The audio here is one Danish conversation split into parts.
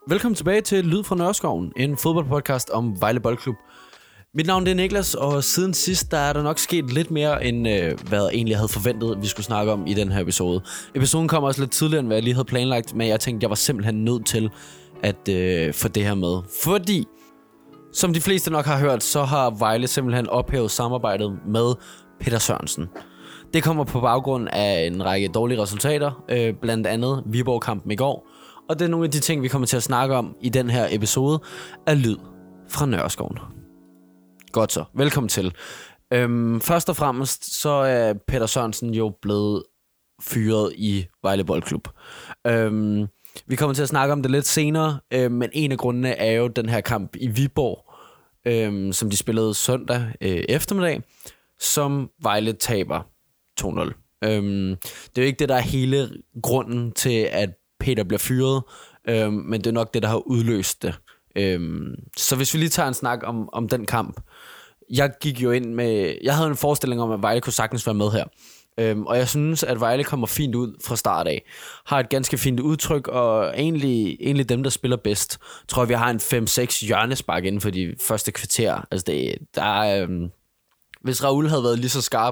Velkommen tilbage til Lyd fra Nørreskoven, en fodboldpodcast om Vejle Boldklub. Mit navn er Niklas, og siden sidst der er der nok sket lidt mere, end hvad jeg egentlig havde forventet, vi skulle snakke om i den her episode. Episoden kommer også lidt tidligere, end hvad jeg lige havde planlagt, men jeg tænkte, jeg var simpelthen nødt til at få det her med. Fordi, som de fleste nok har hørt, så har Vejle simpelthen ophævet samarbejdet med Peter Sørensen. Det kommer på baggrund af en række dårlige resultater, blandt andet Viborg-kampen i går. Og det er nogle af de ting, vi kommer til at snakke om i den her episode af Lyd fra Nørreskoven. Godt så, velkommen til. Først og fremmest, så er Peter Sørensen jo blevet fyret i Vejle Boldklub. Vi kommer til at snakke om det lidt senere, men en af grundene er jo den her kamp i Viborg, som de spillede søndag eftermiddag, som Vejle taber 2-0. Det er jo ikke det, der er hele grunden til, at Peter bliver fyret, men det er nok det, der har udløst det. Så hvis vi lige tager en snak om den kamp. Jeg gik jo ind med... Jeg havde en forestilling om, at Vejle kunne sagtens være med her. Og jeg synes, at Vejle kommer fint ud fra start af. Har et ganske fint udtryk, og egentlig dem, der spiller bedst. Tror jeg, vi har en 5-6 hjørnespark inden for de første kvarter. Altså hvis Raul havde været lige så skarp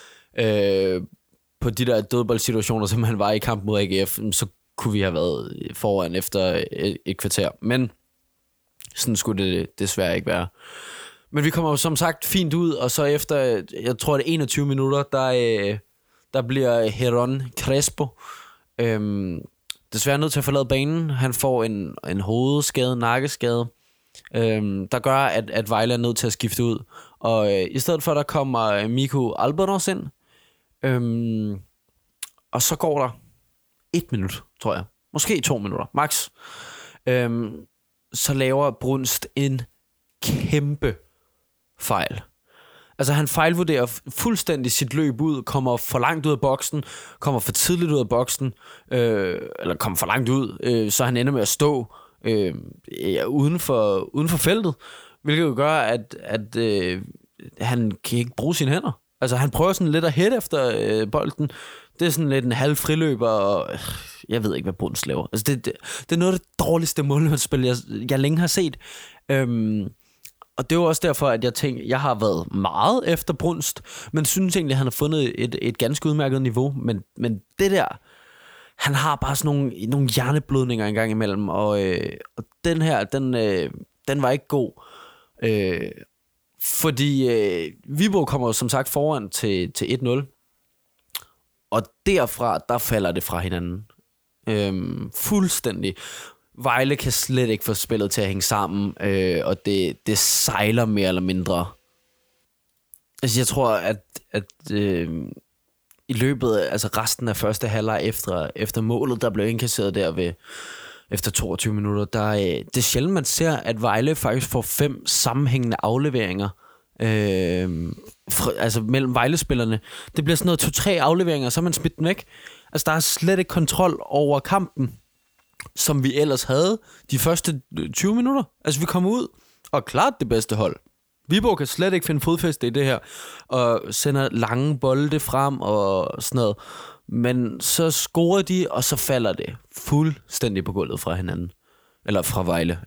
på de der dødboldsituationer, som han var i kamp mod AGF, så kunne vi have været foran efter et kvarter. Men sådan skulle det desværre ikke være. Men vi kommer jo som sagt fint ud, og så efter, jeg tror det er 21 minutter, der bliver Heron Crespo desværre nødt til at forlade banen. Han får en hovedskade, nakkeskade, der gør, at Vejle er nødt til at skifte ud. Og i stedet for, der kommer Mikko Alberos ind, og så går der 1 minut, tror jeg. Måske 2 minutter, max. Så laver Brunst en kæmpe fejl. Altså han fejlvurderer fuldstændig sit løb ud, kommer for langt ud af boksen, kommer for tidligt ud af boksen, eller kommer for langt ud, så han ender med at stå uden for feltet, hvilket jo gør, at han kan ikke bruge sine hænder. Altså han prøver sådan lidt at hætte efter bolden. Det er sådan lidt en halv friløber, og jeg ved ikke, hvad Brunst laver. Altså det er noget af det dårligste målmandsspil, jeg længe har set. Og det var også derfor, at jeg tænkte, jeg har været meget efter Brunst, men synes egentlig, at han har fundet et ganske udmærket niveau. Men det der, han har bare sådan nogle hjerneblødninger en gang imellem, og den her, den var ikke god. Fordi Viborg kommer som sagt foran til 1-0, og derfra, der falder det fra hinanden. Fuldstændig. Vejle kan slet ikke få spillet til at hænge sammen, og det sejler mere eller mindre. Altså jeg tror, at i løbet af altså resten af første halvleg efter målet, der blev indkasseret der efter 22 minutter, det er sjældent, man ser, at Vejle faktisk får 5 sammenhængende afleveringer altså mellem Vejle-spillerne. Det bliver sådan noget 2-3 afleveringer, så er man smidt den væk. Altså der er slet ikke kontrol over kampen, som vi ellers havde de første 20 minutter. Altså vi kommer ud og klart det bedste hold. Viborg kan slet ikke finde fodfæste i det her, og sender lange bolde frem og sådan noget. Men så scorer de, og så falder det fuldstændig på gulvet fra hinanden. Eller fra Vejle.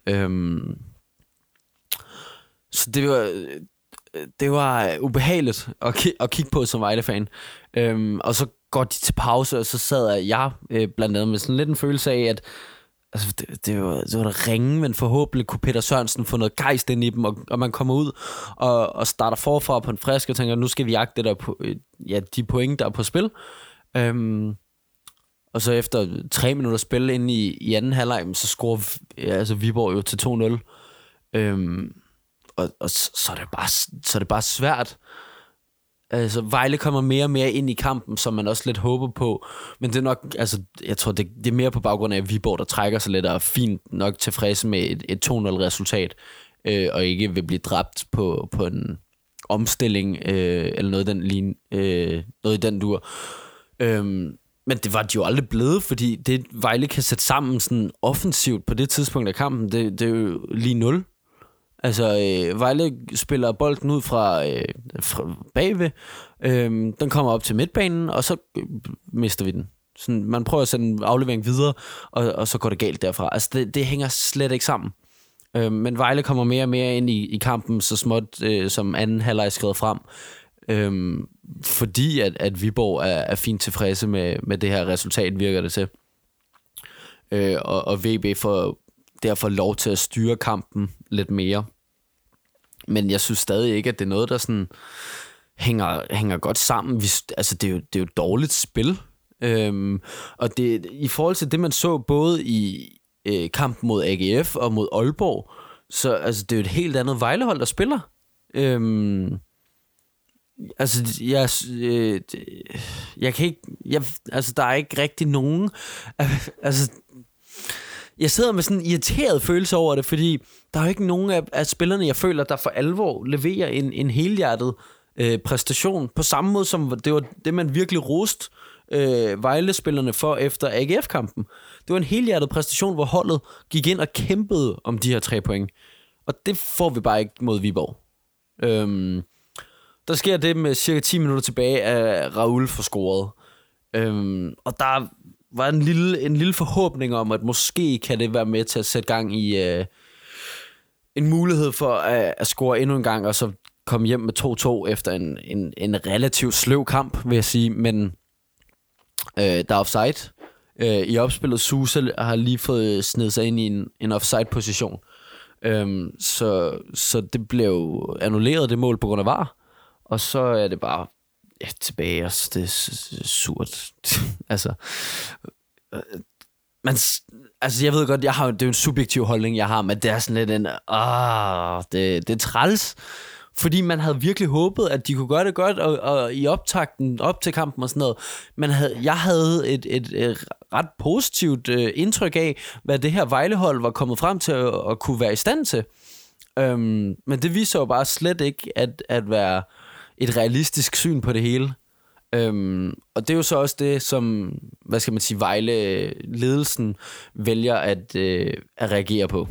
Så det var ubehageligt at kigge på som Vejle-fan. Og så går de til pause, og så sad jeg blandt andet med sådan lidt en følelse af, at altså, det var der ringe, men forhåbentlig kunne Peter Sørensen få noget gejst ind i dem, og man kommer ud og starter forfra på en frisk og tænker, nu skal vi jagte det der de point, der er på spil. Og så efter 3 minutter spil inde i anden halvleg, så scorer Viborg jo til 2-0. Og så er det bare svært. Altså Vejle kommer mere og mere ind i kampen, som man også lidt håber på. Men det er nok, altså jeg tror det er mere på baggrund af at Viborg, der trækker sig lidt og er fint nok tilfredse med et 2-0 resultat, og ikke vil blive dræbt på en omstilling eller noget i den dur. Men det var de jo aldrig blevet, fordi det Vejle kan sætte sammen sådan offensivt på det tidspunkt af kampen, det er jo lige 0. Altså, Vejle spiller bolden ud fra bagved. Den kommer op til midtbanen, og så mister vi den. Sådan, man prøver at sende en aflevering videre, og så går det galt derfra. Altså, det hænger slet ikke sammen. Men Vejle kommer mere og mere ind i kampen, så småt som anden halvleg skrider frem. Fordi at Viborg er fint tilfredse med det her resultat, virker det til. Og VB får derfor lov til at styre kampen lidt mere. Men jeg synes stadig ikke, at det er noget, der sådan hænger godt sammen. Altså, det er jo dårligt spil. Og det, i forhold til det, man så både i kampen mod AGF og mod Aalborg, så altså, det er jo et helt andet Vejlehold, der spiller. Altså, jeg kan ikke... altså, der er ikke rigtig nogen... Altså, jeg sidder med sådan en irriteret følelse over det, fordi der er jo ikke nogen af spillerne, jeg føler, der for alvor leverer en helhjertet præstation, på samme måde som det var det, man virkelig roste Vejle-spillerne for efter AGF-kampen. Det var en helhjertet præstation, hvor holdet gik ind og kæmpede om de her 3 point. Og det får vi bare ikke mod Viborg. Der sker det med cirka 10 minutter tilbage, at Raul får scoret. Og der var en lille forhåbning om, at måske kan det være med til at sætte gang i en mulighed for at score endnu en gang, og så komme hjem med 2-2 efter en relativt sløv kamp, vil jeg sige. Men der er offside. I opspillet Sousa har lige fået snedet sig ind i en offside-position. Så det blev annulleret, det mål, på grund af VAR. Og så er det bare tilbage, og det er surt. Altså, jeg ved godt, det er jo en subjektiv holdning, jeg har, men det er sådan lidt det er træls. Fordi man havde virkelig håbet, at de kunne gøre det godt, og i optakten op til kampen og sådan noget. Jeg havde et ret positivt indtryk af, hvad det her Vejlehold var kommet frem til at kunne være i stand til. Men det viser jo bare slet ikke at være et realistisk syn på det hele. Og det er jo så også det, som, hvad skal man sige, Vejle-ledelsen vælger at reagere på.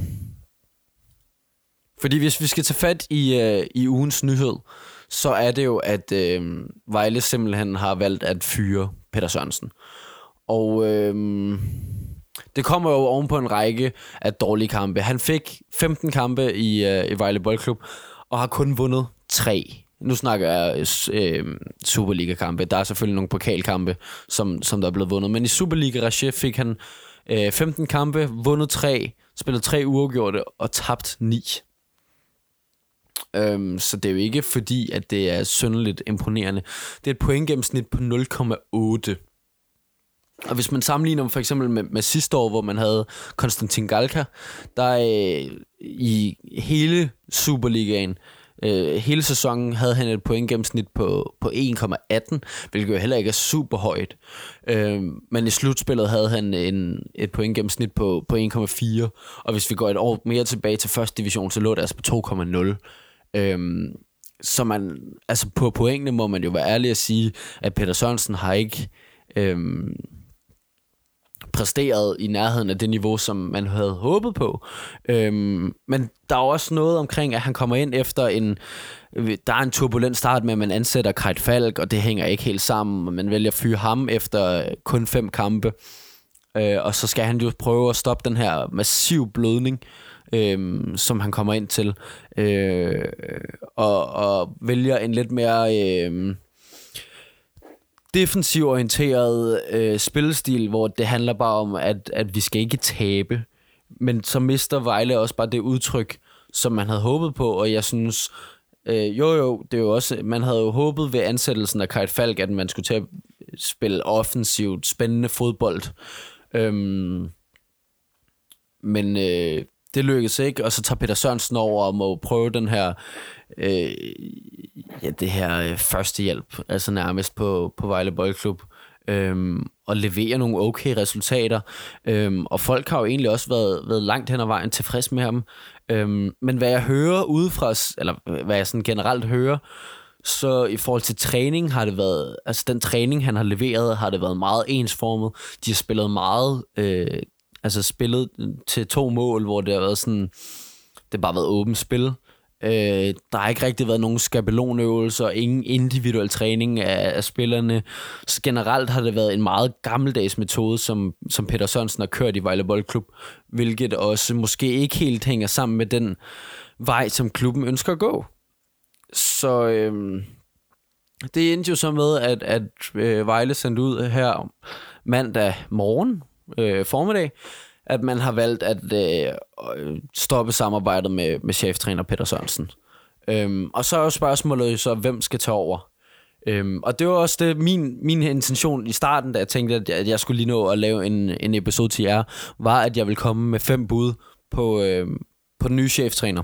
Fordi hvis vi skal tage fat i ugens nyhed, så er det jo, at Vejle simpelthen har valgt at fyre Peter Sørensen. Og det kommer jo oven på en række af dårlige kampe. Han fik 15 kampe i Vejle Boldklub, og har kun vundet 3. Nu snakker jeg Superliga-kampe. Der er selvfølgelig nogle pokalkampe, som der er blevet vundet. Men i Superliga-regi fik han 15 kampe, vundet 3, spillet 3 uafgjorte og tabt 9. Så det er jo ikke fordi, at det er synderligt imponerende. Det er et pointgennemsnit på 0,8. Og hvis man sammenligner for eksempel med sidste år, hvor man havde Konstantin Galka, der i hele Superligaen, hele sæsonen havde han et pointgennemsnit på 1,18, hvilket jo heller ikke er super højt. Men i slutspillet havde han et pointgennemsnit på 1,4, og hvis vi går et år mere tilbage til første division, så lå det altså på 2,0. Så man, altså på pointene må man jo være ærlig at sige, at Peter Sørensen har ikke præsteret i nærheden af det niveau, som man havde håbet på. Men der er også noget omkring, at han kommer ind efter der er en turbulent start med, at man ansætter Krejt Falk, og det hænger ikke helt sammen, og man vælger at fyre ham efter kun 5 kampe. Og så skal han jo prøve at stoppe den her massiv blødning, som han kommer ind til, og vælger en lidt mere defensiv orienteret spillestil, hvor det handler bare om, at vi skal ikke tabe, men så mister Vejle også bare det udtryk, som man havde håbet på. Og jeg synes det er jo også, man havde jo håbet ved ansættelsen af Krejt Falk, at man skulle til at spille offensivt spændende fodbold, men det lykkedes ikke, og så tager Peter Sørensen over og må prøve den her det her førstehjælp, altså nærmest på Vejle Boldklub, og levere nogle okay resultater, og folk har jo egentlig også været langt hen ad vejen tilfreds med ham, men hvad jeg hører udefra, eller hvad jeg sådan generelt hører, så i forhold til træning har det været, altså den træning han har leveret, har det været meget ensformet. De har spillet meget, spillet til 2 mål, hvor det har været sådan, det har bare været åbent spil. Der har ikke rigtig været nogen skabelonøvelser, ingen individuel træning af spillerne. Så generelt har det været en meget gammeldags metode, som Peter Sørensen har kørt i Vejle Boldklub, hvilket også måske ikke helt hænger sammen med den vej, som klubben ønsker at gå. Så det endte jo så med, at Vejle sendte ud her mandag morgen, formiddag, at man har valgt at stoppe samarbejdet med cheftræner Peter Sørensen. Og så er jo spørgsmålet så, hvem skal tage over? Og det var også det, min intention i starten, da jeg tænkte, at jeg skulle lige nå at lave en episode til jer, var, at jeg ville komme med 5 bud på den nye cheftræner.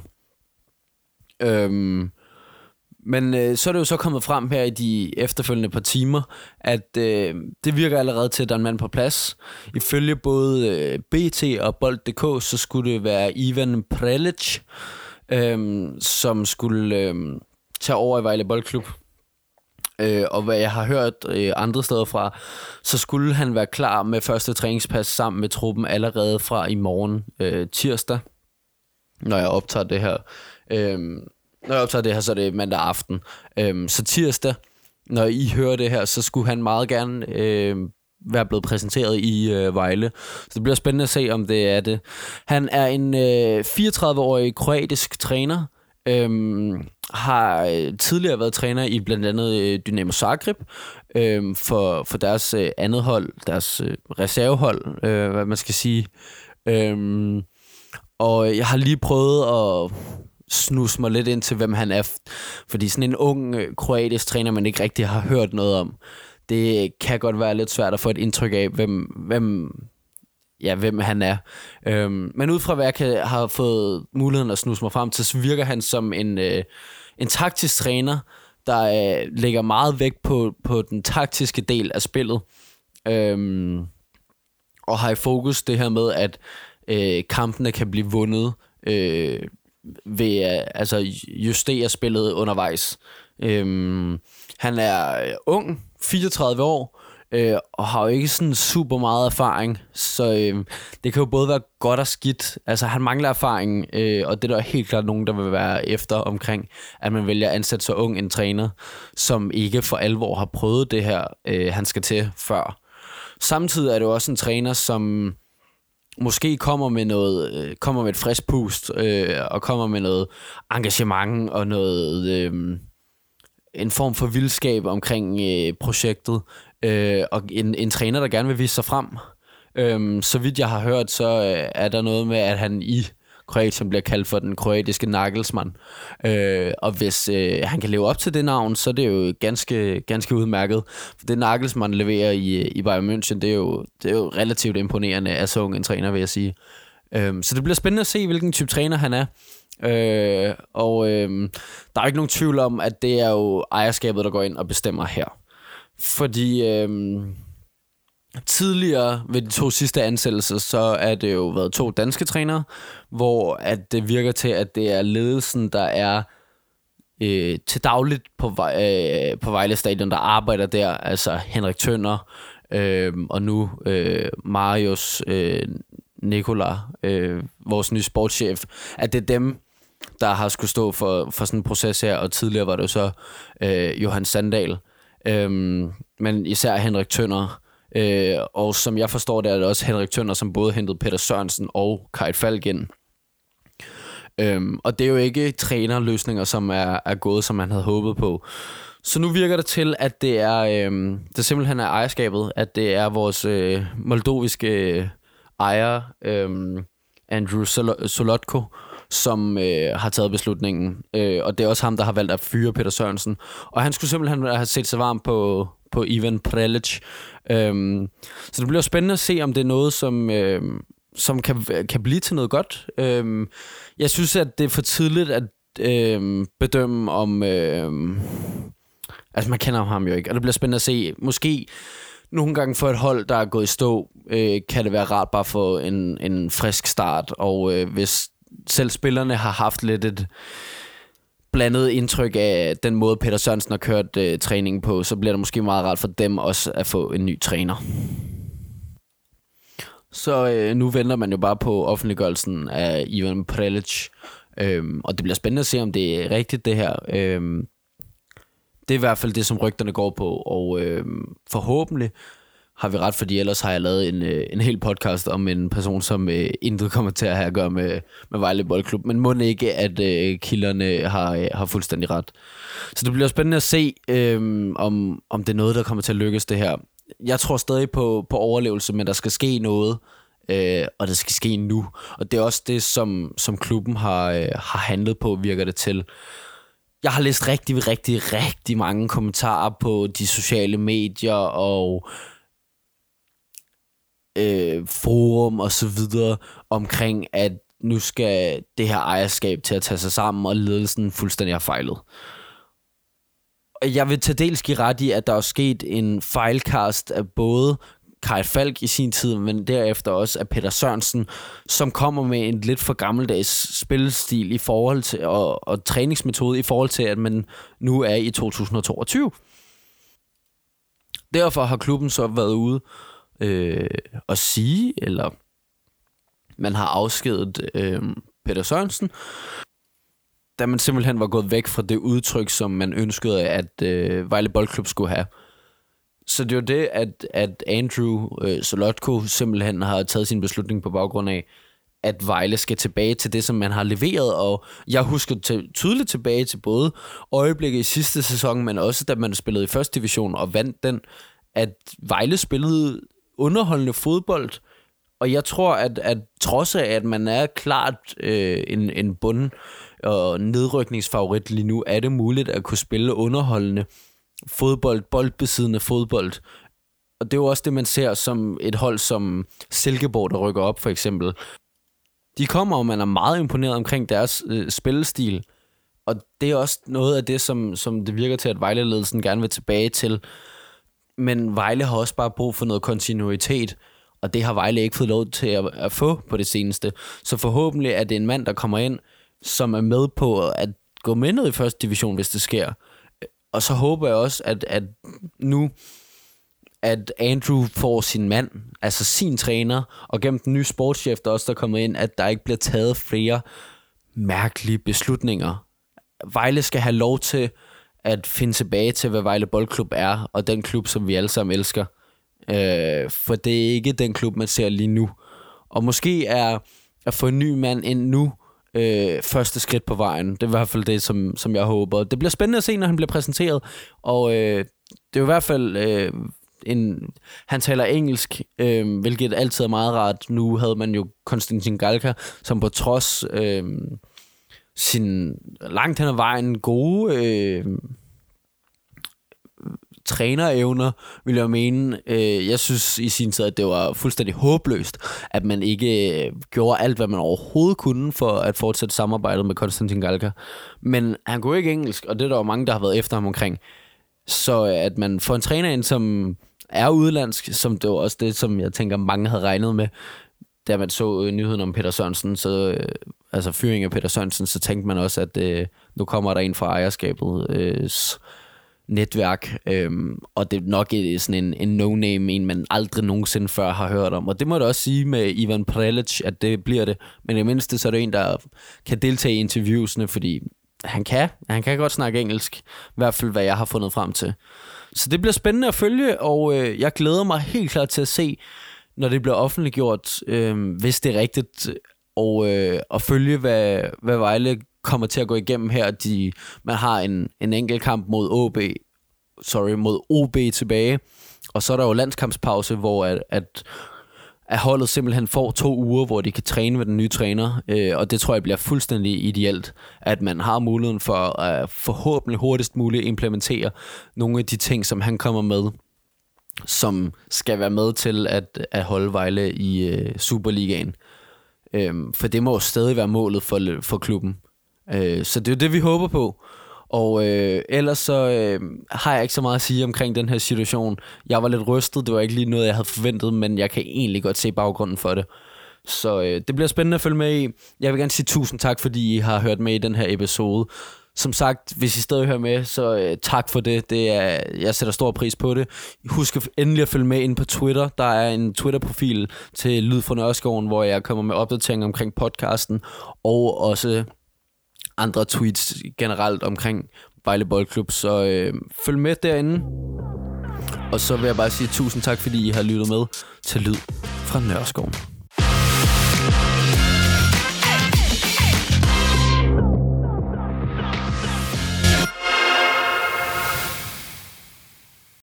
Men så er det jo så kommet frem her i de efterfølgende par timer, at det virker allerede til, at der er en mand på plads. Ifølge både BT og Bold.dk, så skulle det være Ivan Prelic, som skulle tage over i Vejle Boldklub. Og hvad jeg har hørt andre steder fra, så skulle han være klar med første træningspas sammen med truppen allerede fra i morgen tirsdag, når jeg optager det her. Så er det mandag aften. Så tirsdag, når I hører det her, så skulle han meget gerne være blevet præsenteret i Vejle. Så det bliver spændende at se, om det er det. Han er en 34-årig kroatisk træner. Har tidligere været træner i blandt andet Dynamo Zagreb for deres andet hold, deres reservehold, hvad man skal sige. Og jeg har lige prøvet at snuse mig lidt ind til, hvem han er, fordi sådan en ung kroatisk træner, man ikke rigtig har hørt noget om, det kan godt være lidt svært at få et indtryk af, hvem han er. Men ud fra hvad jeg har fået muligheden at snuse mig frem til, så virker han som en taktisk træner, der lægger meget vægt på den taktiske del af spillet, og har i fokus det her med, at kampene kan blive vundet ved at justere spillet undervejs. Han er ung, 34 år, og har jo ikke sådan super meget erfaring, så det kan jo både være godt og skidt. Altså han mangler erfaring, og det er der helt klart nogen, der vil være efter omkring, at man vælger at ansætte så ung en træner, som ikke for alvor har prøvet det her, han skal til før. Samtidig er det jo også en træner, som måske kommer med et frisk pust, og kommer med noget engagement og noget en form for vildskab omkring projektet, og en træner, der gerne vil vise sig frem. Så vidt jeg har hørt, så er der noget med, at han i Kroatien bliver kaldt for den kroatiske Nagelsmann. Og hvis han kan leve op til det navn, så er det jo ganske udmærket. For det Nagelsmann leverer i Bayern München, det er jo relativt imponerende af så ung en træner, vil jeg sige. Så det bliver spændende at se, hvilken type træner han er. Der er ikke nogen tvivl om, at det er jo ejerskabet, der går ind og bestemmer her. Fordi tidligere ved de 2 sidste ansættelser, så er det jo været 2 danske trænere, hvor at det virker til, at det er ledelsen, der er til dagligt på Vejle Stadion, der arbejder der. Altså Henrik Tønder og nu Marius Nikola, vores nye sportschef, at det er dem, der har skulle stå for sådan en proces her, og tidligere var det jo så Johan Sandahl, men især Henrik Tønder, og som jeg forstår det, er det også Henrik Tønder, som både hentede Peter Sørensen og Kai Falk ind. Og det er jo ikke trænerløsninger, som er gået, som man havde håbet på. Så nu virker det til, at det simpelthen er ejerskabet, at det er vores moldoviske ejer, Andrew Solotko, som har taget beslutningen. Og det er også ham, der har valgt at fyre Peter Sørensen. Og han skulle simpelthen have set sig varm på Ivan Prelic. Så det bliver spændende at se, om det er noget, som kan blive til noget godt. Jeg synes, at det er for tidligt at bedømme om... altså, man kender ham jo ikke, og det bliver spændende at se. Måske nogle gange for et hold, der er gået i stå, kan det være rart bare få en frisk start. Og hvis selv spillerne har haft lidt et blandet indtryk af den måde, Peter Sørensen har kørt træningen på, så bliver det måske meget rart for dem også at få en ny træner. Så nu venter man jo bare på offentliggørelsen af Ivan Prelic. Og det bliver spændende at se, om det er rigtigt, det her. Det er i hvert fald det, som rygterne går på, og forhåbentlig har vi ret, fordi ellers har jeg lavet en hel podcast om en person, som intet kommer til at have at gøre med Vejle Boldklub, men må ikke, at kilderne har fuldstændig ret. Så det bliver spændende at se, om det er noget, der kommer til at lykkes, det her. Jeg tror stadig på overlevelse, men der skal ske noget, og det skal ske nu. Og det er også det, som klubben har handlet på, virker det til. Jeg har læst rigtig mange kommentarer på de sociale medier og forum og så videre omkring, at nu skal det her ejerskab til at tage sig sammen, og ledelsen fuldstændig har fejlet. Jeg vil til dels give ret i, at der er sket en fejlkast af både Kai Falk i sin tid, men derefter også af Peter Sørensen, som kommer med en lidt for gammeldags spillestil i forhold til, og træningsmetode i forhold til, at man nu er i 2022. Derfor har klubben så været ude at sige, eller man har afskedet Peter Sørensen, da man simpelthen var gået væk fra det udtryk, som man ønskede, at Vejle Boldklub skulle have. Så det er jo det, at Andrew Solotko simpelthen har taget sin beslutning på baggrund af, at Vejle skal tilbage til det, som man har leveret. Og jeg husker tydeligt tilbage til både øjeblikket i sidste sæson, men også da man spillede i første division og vandt den, at Vejle spillede underholdende fodbold. Og jeg tror, at trods af, at man er klart en bund- og nedrykningsfavorit lige nu, er det muligt at kunne spille underholdende fodbold, boldbesiddende fodbold. Og det er jo også det, man ser som et hold som Silkeborg, der rykker op for eksempel. De kommer, og man er meget imponeret omkring deres spillestil. Og det er også noget af det, som det virker til, at Vejle-ledelsen gerne vil tilbage til. Men Vejle har også bare brug for noget kontinuitet, og det har Vejle ikke fået lov til at få på det seneste. Så forhåbentlig er det en mand, der kommer ind, som er med på at gå med ned i første division, hvis det sker. Og så håber jeg også, at nu, at Andrew får sin mand, altså sin træner, og gennem den nye sportschef, der også er kommet ind, at der ikke bliver taget flere mærkelige beslutninger. Vejle skal have lov til at finde tilbage til, hvad Vejle Boldklub er, og den klub, som vi alle sammen elsker. For det er ikke den klub, man ser lige nu. Og måske er at få en ny mand ind nu første skridt på vejen. Det er i hvert fald det, som jeg håber. Det bliver spændende at se, når han bliver præsenteret. Og det er i hvert fald han taler engelsk, hvilket altid er meget rart. Nu havde man jo Konstantin Galka, som på trods sin langt hen ad vejen gode trænerevner, vil jeg mene. Jeg synes i sin tid, at det var fuldstændig håbløst, at man ikke gjorde alt, hvad man overhovedet kunne for at fortsætte samarbejdet med Konstantin Galka. Men han kunne ikke engelsk, og det er der jo mange, der har været efter ham omkring. Så at man får en træner ind, som er udenlandsk, som det var også det, som jeg tænker, mange havde regnet med, da man så nyheden om Peter Sørensen, så altså fyring af Peter Sørensen, så tænkte man også, at nu kommer der en fra ejerskabets netværk, og det er nok sådan en no-name, en man aldrig nogensinde før har hørt om. Og det må jeg også sige med Ivan Prelic, at det bliver det. Men i mindste så er det en, der kan deltage i interviewsene, fordi han kan godt snakke engelsk, i hvert fald hvad jeg har fundet frem til. Så det bliver spændende at følge, og jeg glæder mig helt klart til at se, når det bliver offentliggjort, hvis det er rigtigt, og at følge, hvad Vejle kommer til at gå igennem her. Man har en enkelt kamp mod OB tilbage, og så er der jo landskampspause, hvor at holdet simpelthen får 2 uger, hvor de kan træne med den nye træner, og det tror jeg bliver fuldstændig ideelt, at man har muligheden for at forhåbentlig hurtigst muligt implementere nogle af de ting, som han kommer med, som skal være med til at holde Vejle i Superligaen. For det må jo stadig være målet for klubben. Så det er jo det, vi håber på. Og ellers så har jeg ikke så meget at sige omkring den her situation. Jeg var lidt rystet, det var ikke lige noget, jeg havde forventet, men jeg kan egentlig godt se baggrunden for det. Så det bliver spændende at følge med i. Jeg vil gerne sige tusind tak, fordi I har hørt med i den her episode. Som sagt, hvis I stadig hører med, så tak for det. Jeg sætter stor pris på det. Husk endelig at følge med ind på Twitter. Der er en Twitter-profil til Lyd fra Nørreskoven, hvor jeg kommer med opdateringer omkring podcasten, og også andre tweets generelt omkring Vejle Boldklub. Så følg med derinde. Og så vil jeg bare sige tusind tak, fordi I har lyttet med til Lyd fra Nørreskoven.